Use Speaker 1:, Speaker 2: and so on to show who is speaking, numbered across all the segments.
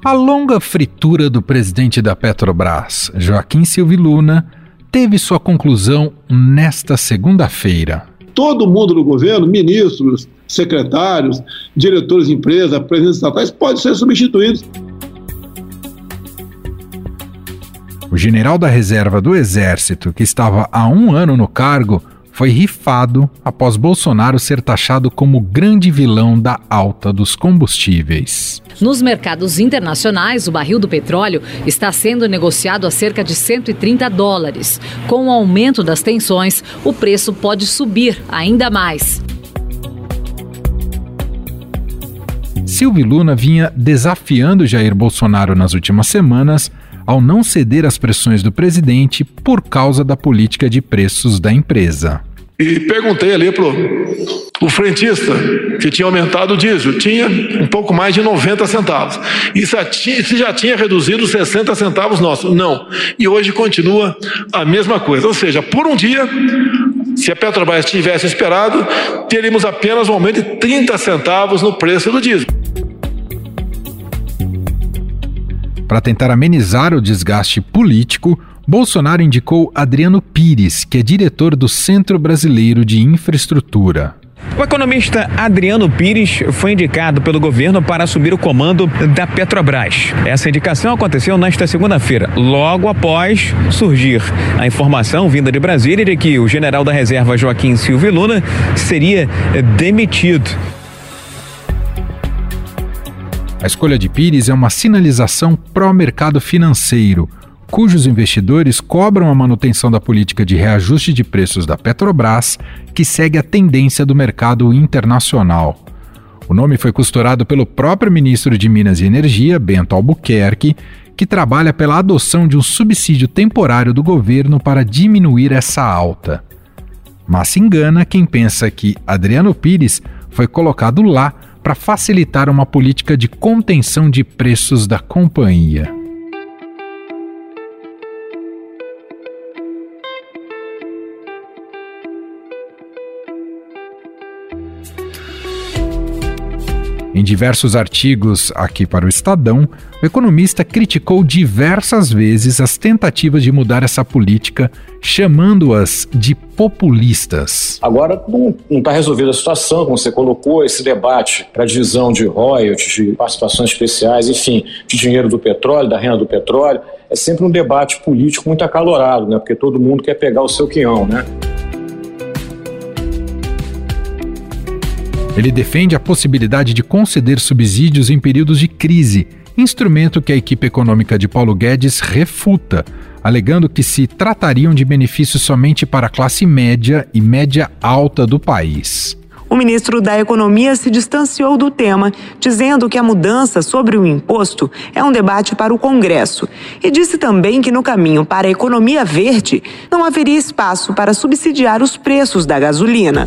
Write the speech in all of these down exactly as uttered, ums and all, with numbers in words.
Speaker 1: A longa fritura do presidente da Petrobras, Joaquim Silvio Luna, teve sua conclusão nesta segunda-feira.
Speaker 2: Todo mundo no governo, ministros, secretários, diretores de empresa, presidentes estatais, podem ser substituídos.
Speaker 1: O general da reserva do Exército, que estava há um ano no cargo, foi rifado após Bolsonaro ser taxado como grande vilão da alta dos combustíveis.
Speaker 3: Nos mercados internacionais, o barril do petróleo está sendo negociado a cerca de cento e trinta dólares. Com o aumento das tensões, o preço pode subir ainda mais.
Speaker 1: Silvio Luna vinha desafiando Jair Bolsonaro nas últimas semanas ao não ceder às pressões do presidente por causa da política de preços da empresa.
Speaker 4: E perguntei ali pro o frentista que tinha aumentado o diesel, tinha um pouco mais de noventa centavos. E se já tinha reduzido sessenta centavos nossos? Não. E hoje continua a mesma coisa. Ou seja, por um dia, se a Petrobras tivesse esperado, teríamos apenas um aumento de trinta centavos no preço do diesel.
Speaker 1: Para tentar amenizar o desgaste político, Bolsonaro indicou Adriano Pires, que é diretor do Centro Brasileiro de Infraestrutura.
Speaker 5: O economista Adriano Pires foi indicado pelo governo para assumir o comando da Petrobras. Essa indicação aconteceu nesta segunda-feira, logo após surgir a informação vinda de Brasília de que o general da reserva Joaquim Silvio Luna seria demitido.
Speaker 1: A escolha de Pires é uma sinalização pró-mercado financeiro, cujos investidores cobram a manutenção da política de reajuste de preços da Petrobras, que segue a tendência do mercado internacional. O nome foi costurado pelo próprio ministro de Minas e Energia, Bento Albuquerque, que trabalha pela adoção de um subsídio temporário do governo para diminuir essa alta. Mas se engana quem pensa que Adriano Pires foi colocado lá para facilitar uma política de contenção de preços da companhia. Em diversos artigos aqui para o Estadão, o economista criticou diversas vezes as tentativas de mudar essa política, chamando-as de populistas.
Speaker 6: Agora não está resolvida a situação, como você colocou, esse debate para a divisão de royalties, de participações especiais, enfim, de dinheiro do petróleo, da renda do petróleo, é sempre um debate político muito acalorado, né? Porque todo mundo quer pegar o seu quinhão, né?
Speaker 1: Ele defende a possibilidade de conceder subsídios em períodos de crise, instrumento que a equipe econômica de Paulo Guedes refuta, alegando que se tratariam de benefícios somente para a classe média e média alta do país.
Speaker 7: O ministro da Economia se distanciou do tema, dizendo que a mudança sobre o imposto é um debate para o Congresso. E disse também que no caminho para a economia verde não haveria espaço para subsidiar os preços da gasolina.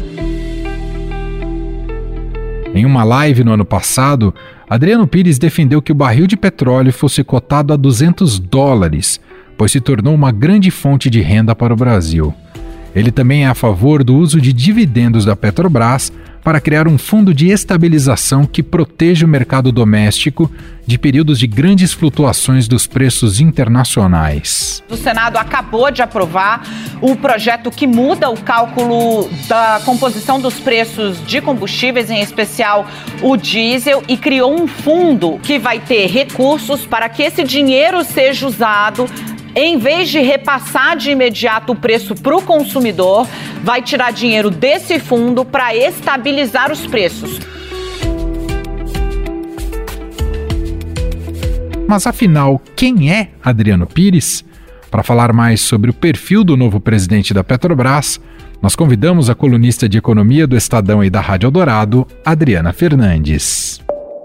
Speaker 1: Em uma live no ano passado, Adriano Pires defendeu que o barril de petróleo fosse cotado a duzentos dólares, pois se tornou uma grande fonte de renda para o Brasil. Ele também é a favor do uso de dividendos da Petrobras para criar um fundo de estabilização que proteja o mercado doméstico de períodos de grandes flutuações dos preços internacionais.
Speaker 8: O Senado acabou de aprovar o projeto que muda o cálculo da composição dos preços de combustíveis, em especial o diesel, e criou um fundo que vai ter recursos para que esse dinheiro seja usado. Em vez de repassar de imediato o preço para o consumidor, vai tirar dinheiro desse fundo para estabilizar os preços.
Speaker 1: Mas afinal, quem é Adriano Pires? Para falar mais sobre o perfil do novo presidente da Petrobras, nós convidamos a colunista de economia do Estadão e da Rádio Eldorado, Adriana Fernandes.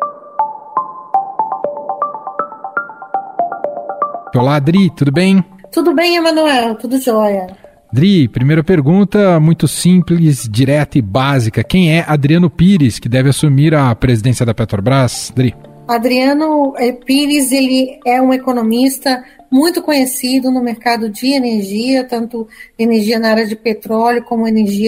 Speaker 1: Olá, Adri, tudo bem?
Speaker 9: Tudo bem, Emanuel, tudo jóia.
Speaker 1: Adri, primeira pergunta, muito simples, direta e básica. Quem é Adriano Pires, que deve assumir a presidência da Petrobras? Adri.
Speaker 9: Adriano Pires, ele é um economista muito conhecido no mercado de energia, tanto energia na área de petróleo como energia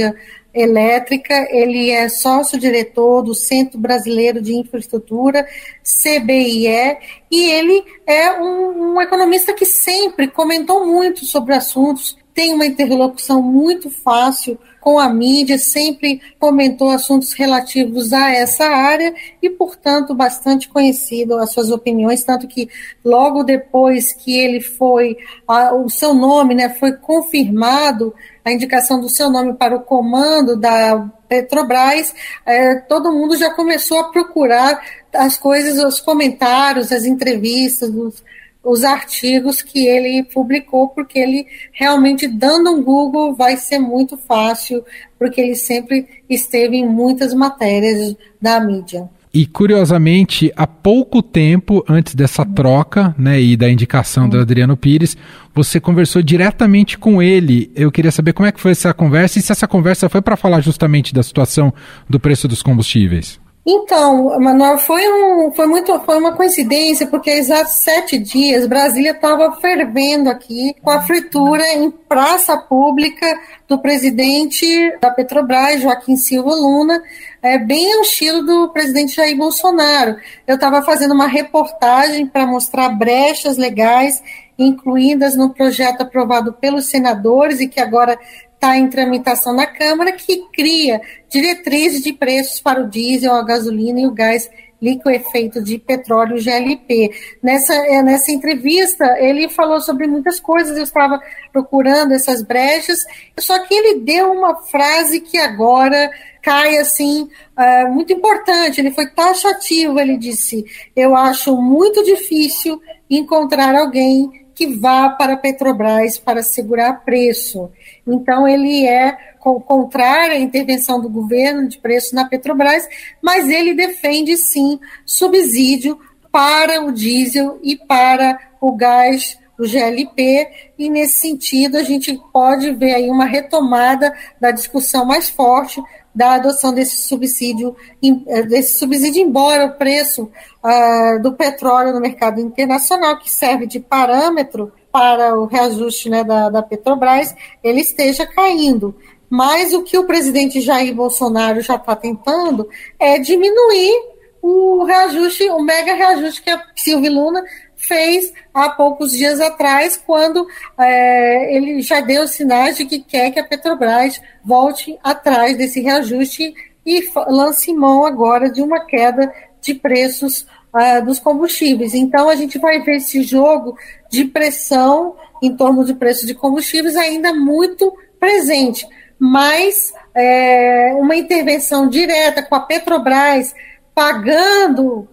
Speaker 9: Elétrica, ele é sócio-diretor do Centro Brasileiro de Infraestrutura, C B I E, e ele é um, um economista que sempre comentou muito sobre assuntos, tem uma interlocução muito fácil com a mídia, sempre comentou assuntos relativos a essa área e, portanto, bastante conhecido as suas opiniões, tanto que logo depois que ele foi, a, o seu nome, né, foi confirmado, a indicação do seu nome para o comando da Petrobras, é, todo mundo já começou a procurar as coisas, os comentários, as entrevistas, os, os artigos que ele publicou, porque ele realmente, dando um Google, vai ser muito fácil, porque ele sempre esteve em muitas matérias da mídia.
Speaker 1: E, curiosamente, há pouco tempo antes dessa troca, né, e da indicação do Adriano Pires, você conversou diretamente com ele. Eu queria saber como é que foi essa conversa e se essa conversa foi para falar justamente da situação do preço dos combustíveis.
Speaker 9: Então, Manuel, foi, um, foi, muito, foi uma coincidência, porque há exatos sete dias Brasília estava fervendo aqui com a fritura em praça pública do presidente da Petrobras, Joaquim Silva Luna, é, bem ao estilo do presidente Jair Bolsonaro. Eu estava fazendo uma reportagem para mostrar brechas legais incluídas no projeto aprovado pelos senadores e que agora está em tramitação na Câmara, que cria diretrizes de preços para o diesel, a gasolina e o gás liquefeito de petróleo, G L P. Nessa, nessa entrevista, ele falou sobre muitas coisas, eu estava procurando essas brechas, só que ele deu uma frase que agora cai assim, uh, muito importante, ele foi taxativo, ele disse: eu acho muito difícil encontrar alguém que vá para a Petrobras para segurar preço. Então, ele é contrário à intervenção do governo de preço na Petrobras, mas ele defende, sim, subsídio para o diesel e para o gás, o G L P, e nesse sentido a gente pode ver aí uma retomada da discussão mais forte da adoção desse subsídio, desse subsídio, embora o preço uh, do petróleo no mercado internacional, que serve de parâmetro para o reajuste, né, da, da Petrobras, ele esteja caindo. Mas o que o presidente Jair Bolsonaro já está tentando é diminuir o reajuste, o mega reajuste que a Silvia Luna fez há poucos dias atrás, quando é, ele já deu sinais de que quer que a Petrobras volte atrás desse reajuste e lance mão agora de uma queda de preços uh, dos combustíveis. Então, a gente vai ver esse jogo de pressão em torno de preços de combustíveis ainda muito presente, mas é, uma intervenção direta com a Petrobras pagando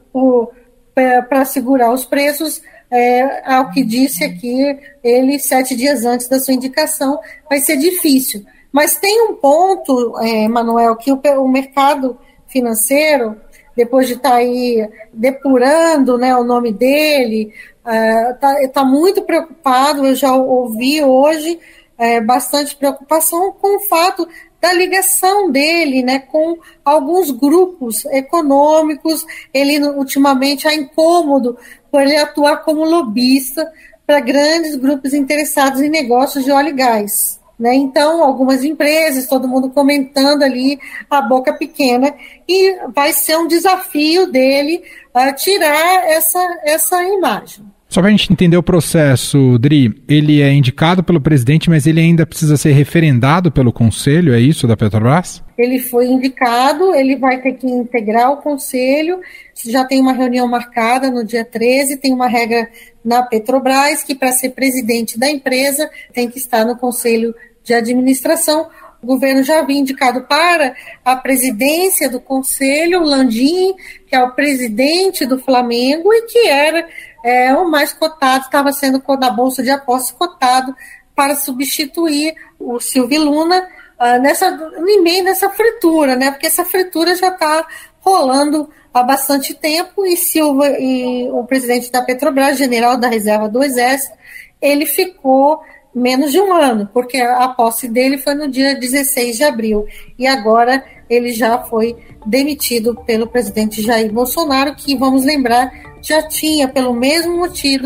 Speaker 9: para segurar os preços, é, ao que disse aqui ele sete dias antes da sua indicação, vai ser difícil. Mas tem um ponto, é, Manuel, que o, o mercado financeiro, depois de estar tá aí depurando, né, o nome dele, está uh, tá muito preocupado. Eu já ouvi hoje é, bastante preocupação com o fato da ligação dele, né, com alguns grupos econômicos. Ele, ultimamente, é incômodo por ele atuar como lobista para grandes grupos interessados em negócios de óleo e gás, né? Então, algumas empresas, todo mundo comentando ali a boca pequena, e vai ser um desafio dele uh, tirar essa, essa imagem.
Speaker 1: Só para a gente entender o processo, Dri, ele é indicado pelo presidente, mas ele ainda precisa ser referendado pelo Conselho, é isso, da Petrobras?
Speaker 9: Ele foi indicado, ele vai ter que integrar o Conselho, já tem uma reunião marcada no dia treze, tem uma regra na Petrobras que, para ser presidente da empresa, tem que estar no Conselho de Administração. O governo já havia indicado para a presidência do Conselho o Landim, que é o presidente do Flamengo e que era é, o mais cotado, estava sendo na Bolsa de Apostas cotado para substituir o Silvio Luna uh, nessa, no meio dessa fritura, né? Porque essa fritura já está rolando há bastante tempo e Silva, e o presidente da Petrobras, general da reserva do Exército, ele ficou menos de um ano, porque a posse dele foi no dia dezesseis de abril, e agora ele já foi demitido pelo presidente Jair Bolsonaro, que, vamos lembrar, já tinha, pelo mesmo motivo,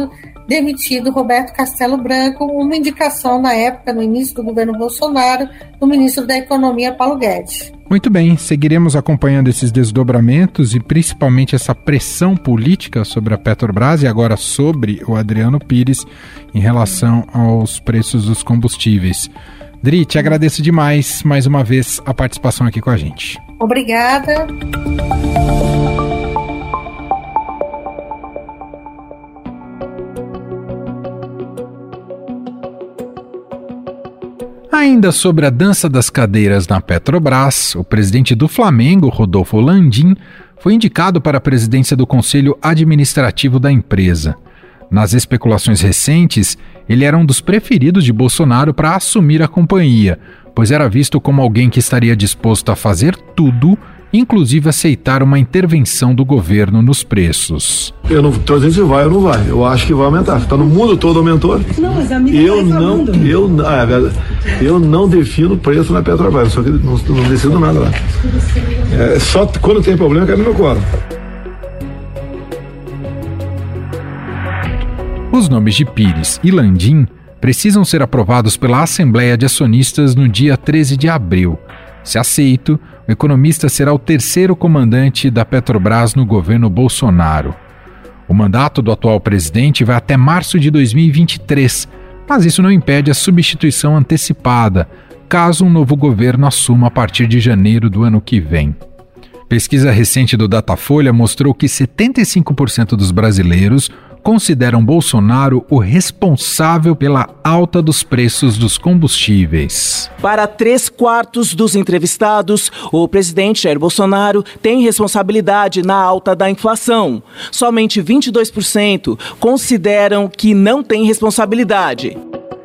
Speaker 9: demitido Roberto Castelo Branco, uma indicação na época, no início do governo Bolsonaro, do ministro da Economia, Paulo Guedes.
Speaker 1: Muito bem, seguiremos acompanhando esses desdobramentos e principalmente essa pressão política sobre a Petrobras e agora sobre o Adriano Pires em relação aos preços dos combustíveis. Dri, te agradeço demais, mais uma vez, a participação aqui com a gente.
Speaker 9: Obrigada.
Speaker 1: Ainda sobre a dança das cadeiras na Petrobras, o presidente do Flamengo, Rodolfo Landim, foi indicado para a presidência do Conselho Administrativo da empresa. Nas especulações recentes, ele era um dos preferidos de Bolsonaro para assumir a companhia, pois era visto como alguém que estaria disposto a fazer tudo, inclusive aceitar uma intervenção do governo nos preços.
Speaker 4: Eu não estou dizendo se vai ou não vai, eu acho que vai aumentar. Está no mundo todo aumentou. Não, mas a mídia eu não, eu, ah, eu não defino preço na Petrobras, só que não, não decido nada lá. É, só quando tem problema que é no meu colo.
Speaker 1: Os nomes de Pires e Landim precisam ser aprovados pela Assembleia de Acionistas no dia treze de abril. Se aceito, o economista será o terceiro comandante da Petrobras no governo Bolsonaro. O mandato do atual presidente vai até março de dois mil e vinte e três, mas isso não impede a substituição antecipada, caso um novo governo assuma a partir de janeiro do ano que vem. Pesquisa recente do Datafolha mostrou que setenta e cinco por cento dos brasileiros consideram Bolsonaro o responsável pela alta dos preços dos combustíveis.
Speaker 10: Para três quartos dos entrevistados, o presidente Jair Bolsonaro tem responsabilidade na alta da inflação. Somente vinte e dois por cento consideram que não tem responsabilidade.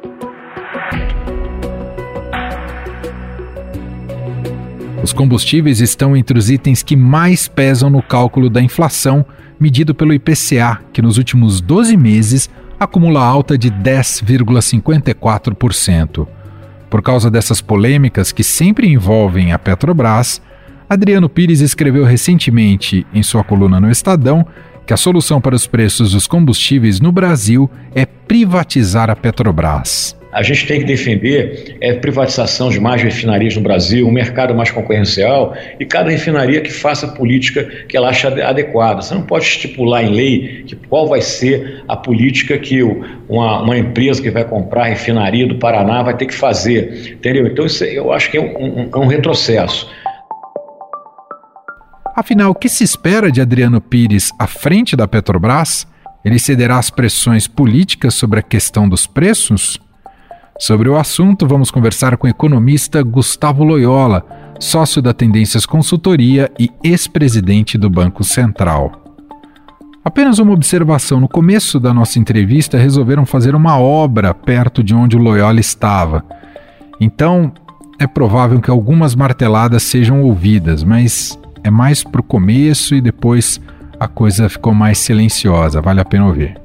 Speaker 1: Os combustíveis estão entre os itens que mais pesam no cálculo da inflação, medido pelo I P C A, que nos últimos doze meses acumula alta de dez vírgula cinquenta e quatro por cento. Por causa dessas polêmicas que sempre envolvem a Petrobras, Adriano Pires escreveu recentemente em sua coluna no Estadão que a solução para os preços dos combustíveis no Brasil é privatizar a Petrobras.
Speaker 6: A gente tem que defender a privatização de mais refinarias no Brasil, um mercado mais concorrencial e cada refinaria que faça a política que ela acha adequada. Você não pode estipular em lei que qual vai ser a política que uma, uma empresa que vai comprar a refinaria do Paraná vai ter que fazer, entendeu? Então isso eu acho que é um, um, é um retrocesso.
Speaker 1: Afinal, o que se espera de Adriano Pires à frente da Petrobras? Ele cederá às pressões políticas sobre a questão dos preços? Sobre o assunto, vamos conversar com o economista Gustavo Loyola, sócio da Tendências Consultoria e ex-presidente do Banco Central. Apenas uma observação: no começo da nossa entrevista resolveram fazer uma obra perto de onde o Loyola estava. Então, é provável que algumas marteladas sejam ouvidas, mas é mais para o começo e depois a coisa ficou mais silenciosa. Vale a pena ouvir.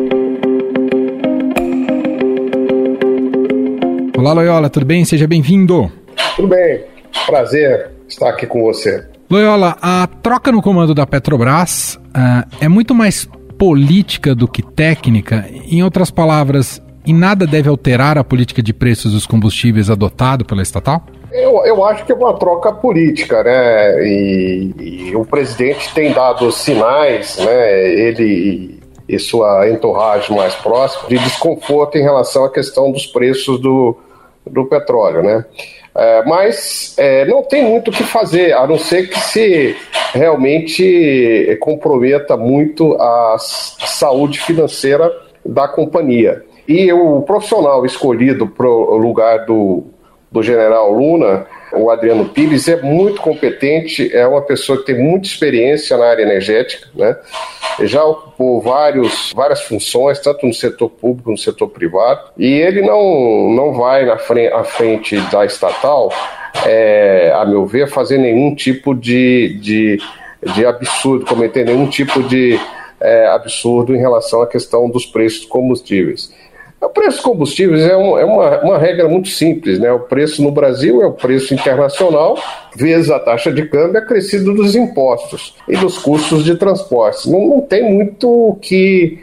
Speaker 1: Olá, Loyola, tudo bem? Seja bem-vindo.
Speaker 11: Tudo bem, prazer estar aqui com você.
Speaker 1: Loyola, a troca no comando da Petrobras uh, é muito mais política do que técnica. Em outras palavras, e nada deve alterar a política de preços dos combustíveis adotado pela estatal?
Speaker 11: Eu, eu acho que é uma troca política, né? E, e o presidente tem dado sinais, né? Ele e sua entourage mais próxima, de desconforto em relação à questão dos preços do, do petróleo, né? É, mas é, não tem muito o que fazer, a não ser que se realmente comprometa muito a saúde financeira da companhia. E o profissional escolhido para o lugar do, do general Luna, o Adriano Pires, é muito competente, é uma pessoa que tem muita experiência na área energética, né? Já ocupou vários, várias funções, tanto no setor público como no setor privado, e ele não, não vai na frente, à frente da estatal, é, a meu ver, fazer nenhum tipo de, de, de absurdo, cometer nenhum tipo de é, absurdo em relação à questão dos preços dos combustíveis. O preço dos combustíveis é, um, é uma, uma regra muito simples, né? O preço no Brasil é o preço internacional, vezes a taxa de câmbio acrescido dos impostos e dos custos de transporte. Não, não tem muito o que,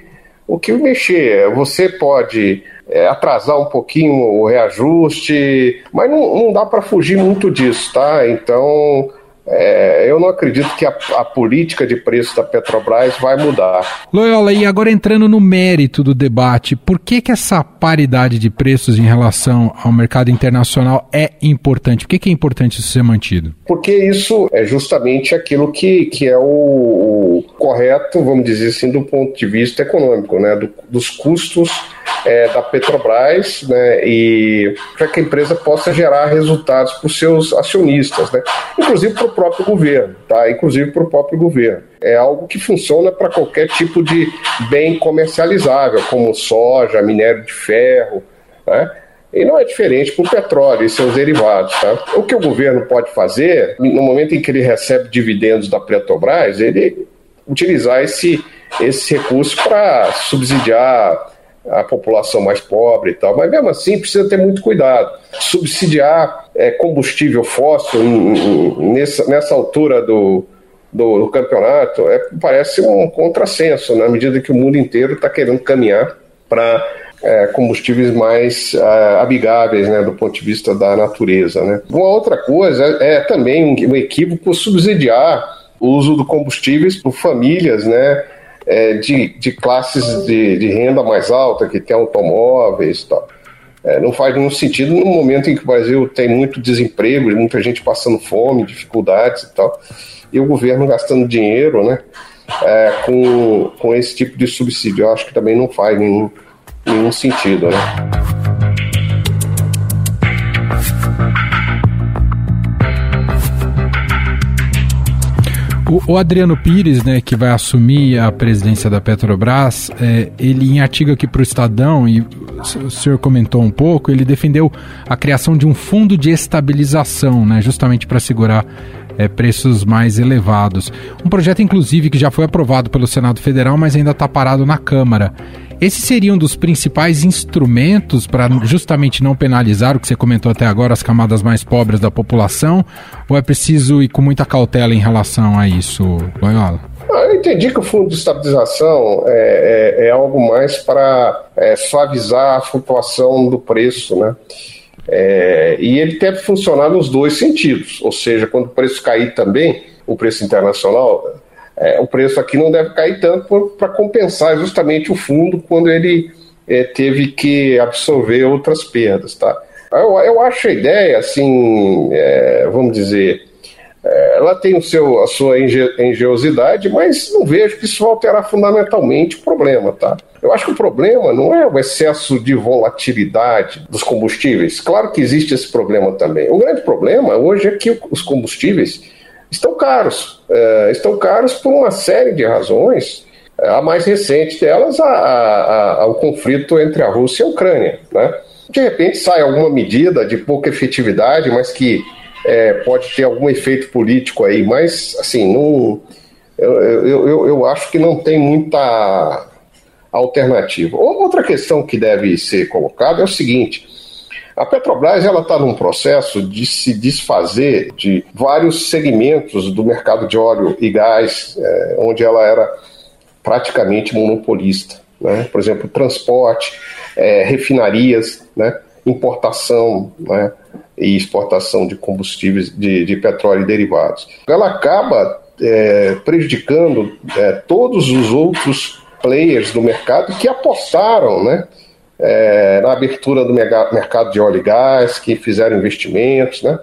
Speaker 11: o que mexer. Você pode é, atrasar um pouquinho o reajuste, mas não, não dá para fugir muito disso, tá? Então... É, eu não acredito que a, a política de preço da Petrobras vai mudar.
Speaker 1: Loyola, e agora entrando no mérito do debate, por que que essa paridade de preços em relação ao mercado internacional é importante? Por que que é importante isso ser mantido?
Speaker 11: Porque isso é justamente aquilo que, que é o, o correto, vamos dizer assim, do ponto de vista econômico, né? Do, dos custos é, da Petrobras, né? E para que a empresa possa gerar resultados para os seus acionistas, né? Inclusive para o próprio governo, tá? Inclusive para o próprio governo. É algo que funciona para qualquer tipo de bem comercializável, como soja, minério de ferro, né? E não é diferente para o petróleo e seus derivados, tá? O que o governo pode fazer, no momento em que ele recebe dividendos da Petrobras, ele utilizar esse, esse recurso para subsidiar a população mais pobre e tal, mas mesmo assim precisa ter muito cuidado. Subsidiar é, combustível fóssil nessa, nessa altura do, do, do campeonato é, parece um contrassenso, na medida que o mundo inteiro está querendo caminhar para é, combustíveis mais é, amigáveis, né, do ponto de vista da natureza, né. Uma outra coisa é, é também um, um equívoco subsidiar o uso de combustíveis por famílias, né, É, de, de classes de, de renda mais alta, que tem automóveis e tal. É, não faz nenhum sentido no momento em que o Brasil tem muito desemprego, muita gente passando fome, dificuldades e tal, e o governo gastando dinheiro, né, é, com, com esse tipo de subsídio. Eu acho que também não faz nenhum, nenhum sentido, né?
Speaker 1: O Adriano Pires, né, que vai assumir a presidência da Petrobras, é, ele em artigo aqui para o Estadão, e o senhor comentou um pouco, ele defendeu a criação de um fundo de estabilização, né, justamente para segurar é, preços mais elevados. Um projeto, inclusive, que já foi aprovado pelo Senado Federal, mas ainda está parado na Câmara. Esse seria um dos principais instrumentos para justamente não penalizar, o que você comentou até agora, as camadas mais pobres da população, ou é preciso ir com muita cautela em relação a isso, Loyola?
Speaker 11: Eu entendi que o fundo de estabilização é, é, é algo mais para é, suavizar a flutuação do preço, né? É, e ele deve funcionar nos dois sentidos, ou seja, quando o preço cair também, o preço internacional... É, o preço aqui não deve cair tanto para compensar justamente o fundo quando ele é, teve que absorver outras perdas, tá? Eu, eu acho a ideia, assim, é, vamos dizer, é, ela tem o seu, a sua engenhosidade, mas não vejo que isso vai alterar fundamentalmente o problema, tá? Eu acho que o problema não é o excesso de volatilidade dos combustíveis. Claro que existe esse problema também. O grande problema hoje é que os combustíveis estão caros, é, estão caros por uma série de razões, a mais recente delas, a, a, a, o conflito entre a Rússia e a Ucrânia, né? De repente sai alguma medida de pouca efetividade, mas que é, pode ter algum efeito político aí, mas assim, não, eu, eu, eu, eu acho que não tem muita alternativa. Outra questão que deve ser colocada é o seguinte: a Petrobras está num processo de se desfazer de vários segmentos do mercado de óleo e gás, é, onde ela era praticamente monopolista, né? Por exemplo, transporte, é, refinarias, né? Importação, né? E exportação de combustíveis, de, de petróleo e derivados. Ela acaba é, prejudicando é, todos os outros players do mercado que apostaram, né? É, na abertura do mercado de óleo e gás, que fizeram investimentos, né?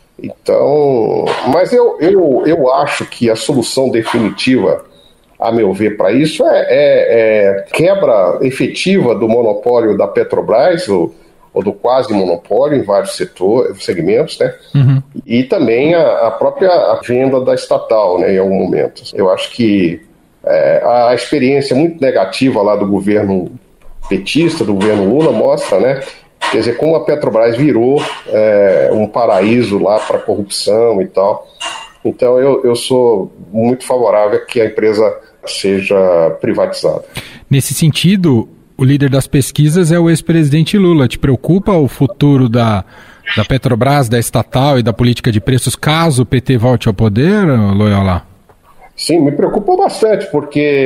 Speaker 11: Então, mas eu, eu, eu acho que a solução definitiva, a meu ver, para isso é, é, é quebra efetiva do monopólio da Petrobras, ou, ou do quase monopólio em vários setores, segmentos, né? Uhum. E também a, a própria venda da estatal, né, em algum momento. Eu acho que é, a experiência muito negativa lá do governo petista, do governo Lula, mostra, né, quer dizer, como a Petrobras virou é, um paraíso lá para corrupção e tal. Então eu, eu sou muito favorável a que a empresa seja privatizada.
Speaker 1: Nesse sentido, o líder das pesquisas é o ex-presidente Lula. Te preocupa o futuro da, da Petrobras, da estatal e da política de preços, caso o P T volte ao poder, Loyola?
Speaker 11: Sim, me preocupa bastante, porque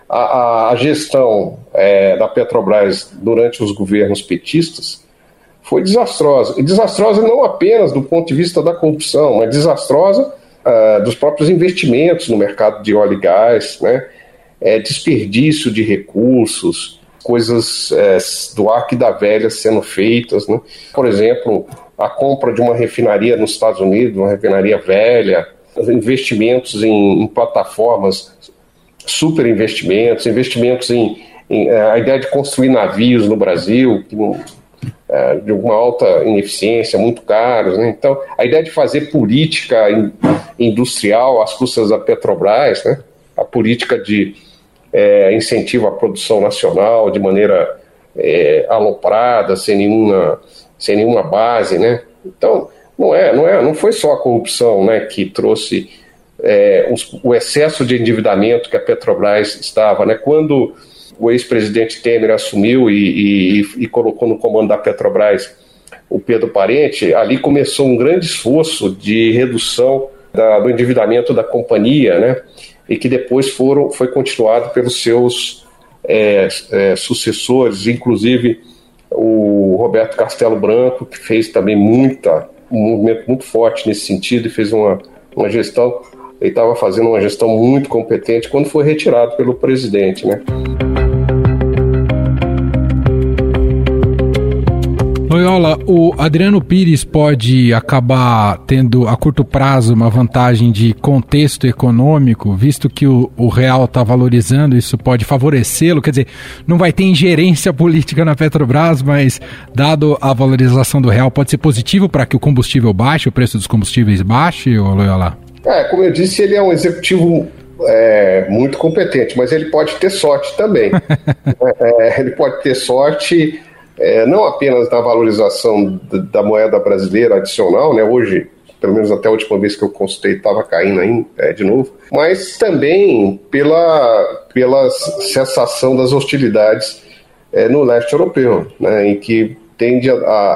Speaker 11: a, a gestão é, da Petrobras durante os governos petistas foi desastrosa. E desastrosa não apenas do ponto de vista da corrupção, mas desastrosa uh, dos próprios investimentos no mercado de óleo e gás, né? É, desperdício de recursos, coisas é, do arco e da velha sendo feitas, né? Por exemplo, a compra de uma refinaria nos Estados Unidos, uma refinaria velha, investimentos em, em plataformas, super investimentos, investimentos em, em a ideia de construir navios no Brasil, que não, é, de uma alta ineficiência, muito caros, né? Então, a ideia de fazer política in, industrial às custas da Petrobras, né? A política de é, incentivo à produção nacional de maneira é, aloprada, sem nenhuma, sem nenhuma base, né? Então, não, é, não, é, não foi só a corrupção, né, que trouxe é, os, o excesso de endividamento que a Petrobras estava, né? Quando o ex-presidente Temer assumiu e, e, e colocou no comando da Petrobras o Pedro Parente, ali começou um grande esforço de redução da, do endividamento da companhia, né? E que depois foram, foi continuado pelos seus é, é, sucessores, inclusive o Roberto Castelo Branco, que fez também muita, um movimento muito forte nesse sentido e fez uma, uma gestão, ele estava fazendo uma gestão muito competente quando foi retirado pelo presidente, né?
Speaker 1: Loyola, o Adriano Pires pode acabar tendo a curto prazo uma vantagem de contexto econômico, visto que o, o real está valorizando, isso pode favorecê-lo, quer dizer, não vai ter ingerência política na Petrobras, mas dado a valorização do real, pode ser positivo para que o combustível baixe, o preço dos combustíveis baixe, ou Loyola?
Speaker 11: É, como eu disse, ele é um executivo é, muito competente, mas ele pode ter sorte também. é, ele pode ter sorte... É, não apenas na valorização da, da moeda brasileira adicional, né? Hoje, pelo menos até a última vez que eu consultei, estava caindo ainda é, de novo, mas também pela, pela cessação das hostilidades é, no leste europeu, né? Em que tende a,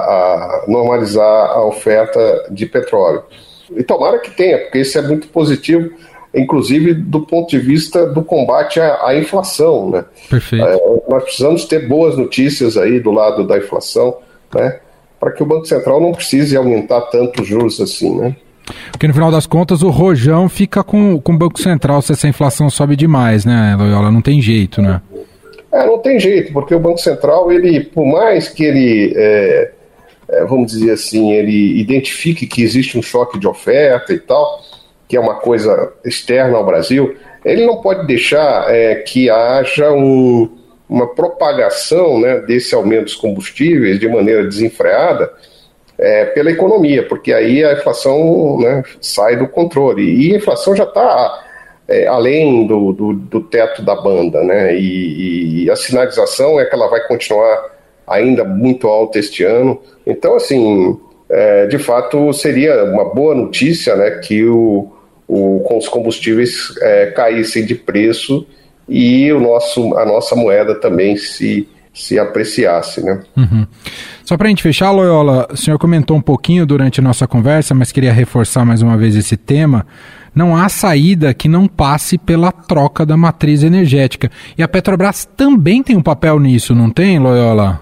Speaker 11: a normalizar a oferta de petróleo. E tomara que tenha, porque isso é muito positivo, inclusive do ponto de vista do combate à, à inflação, né?
Speaker 1: Perfeito.
Speaker 11: É, nós precisamos ter boas notícias aí do lado da inflação, né? Para que o Banco Central não precise aumentar tanto os juros assim, né?
Speaker 1: Porque no final das contas o rojão fica com, com o Banco Central se essa inflação sobe demais, né, Loyola? Não tem jeito, né?
Speaker 11: É, não tem jeito, porque o Banco Central, ele, por mais que ele, é, é, vamos dizer assim, ele identifique que existe um choque de oferta e tal, que é uma coisa externa ao Brasil, ele não pode deixar é, que haja um, uma propagação, né, desse aumento dos combustíveis de maneira desenfreada é, pela economia, porque aí a inflação, né, sai do controle. E a inflação já está é, além do, do, do teto da banda, né, e, e a sinalização é que ela vai continuar ainda muito alta este ano. Então, assim, é, de fato, seria uma boa notícia, né, que o O, com os combustíveis é, caíssem de preço e o nosso, a nossa moeda também se, se apreciasse, né?
Speaker 1: Uhum. Só para a gente fechar, Loyola, o senhor comentou um pouquinho durante a nossa conversa, mas queria reforçar mais uma vez esse tema. Não há saída que não passe pela troca da matriz energética. E a Petrobras também tem um papel nisso, não tem, Loyola?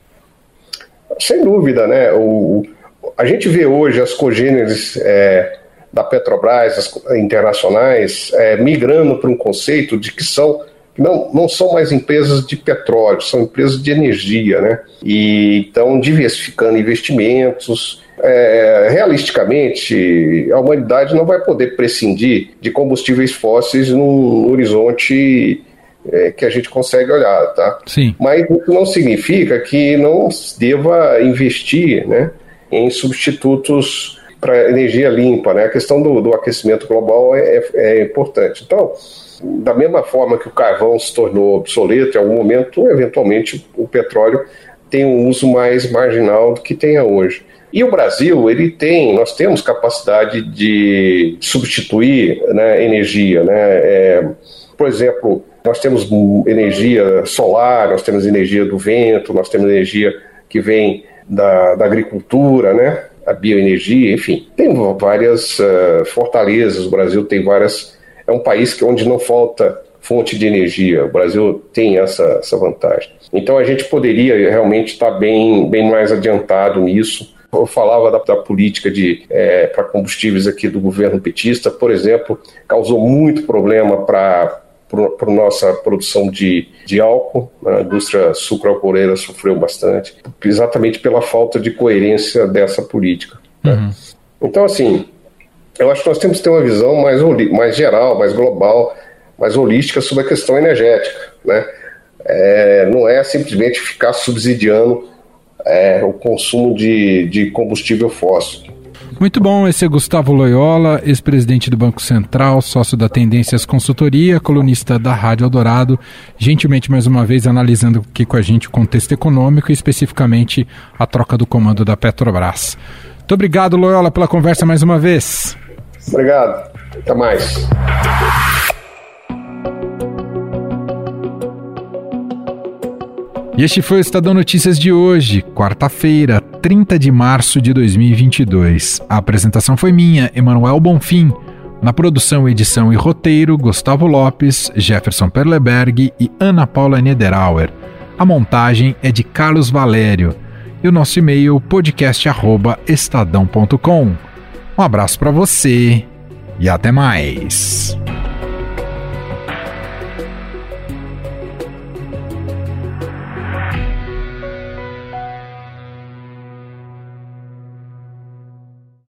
Speaker 11: Sem dúvida, né? O, a gente vê hoje as cogêneres é, da Petrobras, as internacionais, é, migrando para um conceito de que são, não, não são mais empresas de petróleo, são empresas de energia, né? E então diversificando investimentos. É, realisticamente, a humanidade não vai poder prescindir de combustíveis fósseis no horizonte é, que a gente consegue olhar, tá?
Speaker 1: Sim.
Speaker 11: Mas isso não significa que não deva investir, né, em substitutos para energia limpa, né? A questão do, do aquecimento global é, é importante. Então, da mesma forma que o carvão se tornou obsoleto, em algum momento, eventualmente, o petróleo tem um uso mais marginal do que tem hoje. E o Brasil, ele tem, nós temos capacidade de substituir, né, energia, né? É, por exemplo, nós temos energia solar, nós temos energia do vento, nós temos energia que vem da, da agricultura, né? A bioenergia, enfim, tem várias uh, fortalezas. O Brasil tem várias, é um país que, onde não falta fonte de energia. O Brasil tem essa, essa vantagem. Então a gente poderia realmente estar bem, bem mais adiantado nisso. Eu falava da, da política de, é, para combustíveis aqui do governo petista, por exemplo, causou muito problema para a nossa produção de, de álcool. A indústria sucroalcooleira sofreu bastante, exatamente pela falta de coerência dessa política. Né? Uhum. Então, assim, eu acho que nós temos que ter uma visão mais, mais geral, mais global, mais holística sobre a questão energética, né? É, não é simplesmente ficar subsidiando é, o consumo de, de combustível fóssil.
Speaker 1: Muito bom, esse é Gustavo Loyola, ex-presidente do Banco Central, sócio da Tendências Consultoria, colunista da Rádio Eldorado, gentilmente mais uma vez analisando aqui com a gente o contexto econômico e especificamente a troca do comando da Petrobras. Muito obrigado, Loyola, pela conversa mais uma vez.
Speaker 11: Obrigado, até mais.
Speaker 1: E este foi o Estadão Notícias de hoje, quarta-feira, trinta de março de dois mil e vinte e dois. A apresentação foi minha, Emanuel Bonfim. Na produção, edição e roteiro, Gustavo Lopes, Jefferson Perleberg e Ana Paula Niederauer. A montagem é de Carlos Valério. E o nosso e-mail, podcast arroba estadão ponto com. Um abraço para você e até mais.